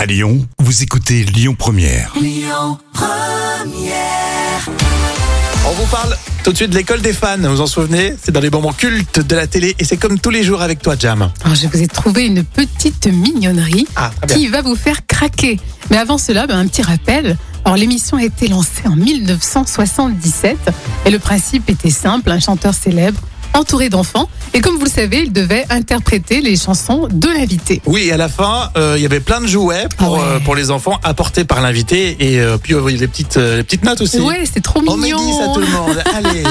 À Lyon, vous écoutez Lyon Première. Lyon Première. On vous parle tout de suite de l'école des fans, vous vous en souvenez? C'est dans les moments cultes de la télé et c'est comme tous les jours avec toi, Jam. Alors, je vous ai trouvé une petite mignonnerie qui va vous faire craquer. Mais avant cela, un petit rappel. Alors, l'émission a été lancée en 1977 et le principe était simple, un chanteur célèbre entouré d'enfants. Et comme vous le savez, il devait interpréter les chansons de l'invité. Oui, à la fin, il y avait plein de jouets pour les enfants apportés par l'invité et puis les petites notes aussi. Ouais, c'est trop mignon. On met 10 à tout le monde. Allez.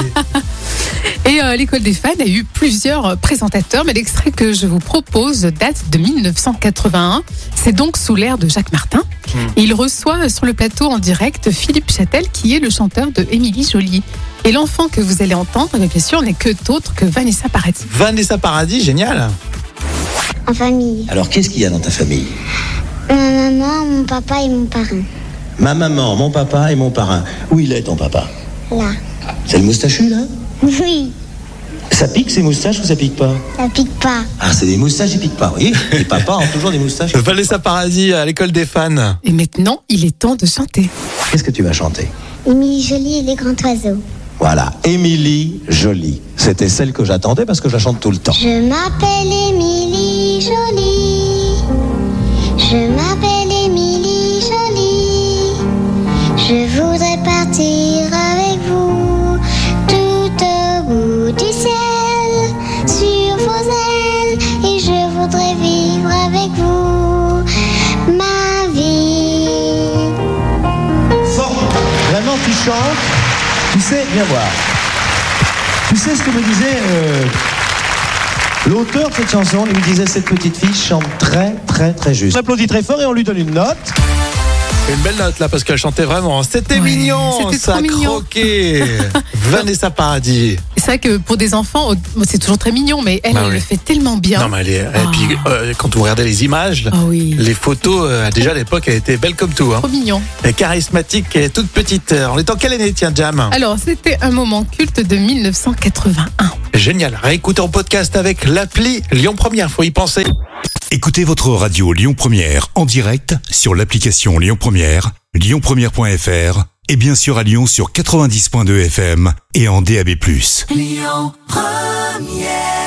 Et l'école des fans a eu plusieurs présentateurs, mais l'extrait que je vous propose date de 1981. C'est donc sous l'ère de Jacques Martin. Et il reçoit sur le plateau en direct Philippe Châtel, qui est le chanteur de Émilie Joly. Et l'enfant que vous allez entendre, bien sûr, n'est que autre que Vanessa Paradis. Vanessa Paradis, génial. En famille. Alors, qu'est-ce qu'il y a dans ta famille? Ma maman, mon papa et mon parrain. Ma maman, mon papa et mon parrain. Où il est ton papa? Là. C'est le moustachu, là? Oui, Ça pique ces moustaches ou ça pique pas? ça pique pas. Ah, c'est des moustaches qui piquent pas, oui. Les papas ont toujours des moustaches. Vanessa Paradis à l'école des fans. Et maintenant, il est temps de chanter. Qu'est-ce que tu vas chanter? Émilie Joly et les grands oiseaux. Voilà, Émilie Joly. C'était celle que j'attendais parce que je la chante tout le temps. Je m'appelle Émilie Joly. Je m'appelle Émilie Joly. Je voudrais partir avec vous tout au bout du ciel, sur vos ailes, et je voudrais vivre avec vous ma vie. Fort. Vraiment, tu chantes. Tu sais, viens voir. Tu sais ce que me disait l'auteur de cette chanson? Il me disait, cette petite fille chante très, très, très juste. On applaudit très fort et on lui donne une note. Une belle note là parce qu'elle chantait vraiment. C'était mignon, c'était ça trop a mignon. croqué. Vanessa Paradis. C'est vrai que pour des enfants, c'est toujours très mignon, mais elle, Bah elle oui. le fait tellement bien. Non mais et puis quand vous regardez les images, Ah oui. les photos, déjà à l'époque, elle était belle comme tout. Hein. Trop mignon. Et charismatique et toute petite. On est en quelle année, tiens, Jam? Alors, c'était un moment culte de 1981. Génial. Réécoutez en podcast avec l'appli Lyon Première. Faut y penser. Écoutez votre radio Lyon Première en direct sur l'application Lyon Première, lyonpremière.fr et bien sûr à Lyon sur 90.2 FM et en DAB+. Lyon Première.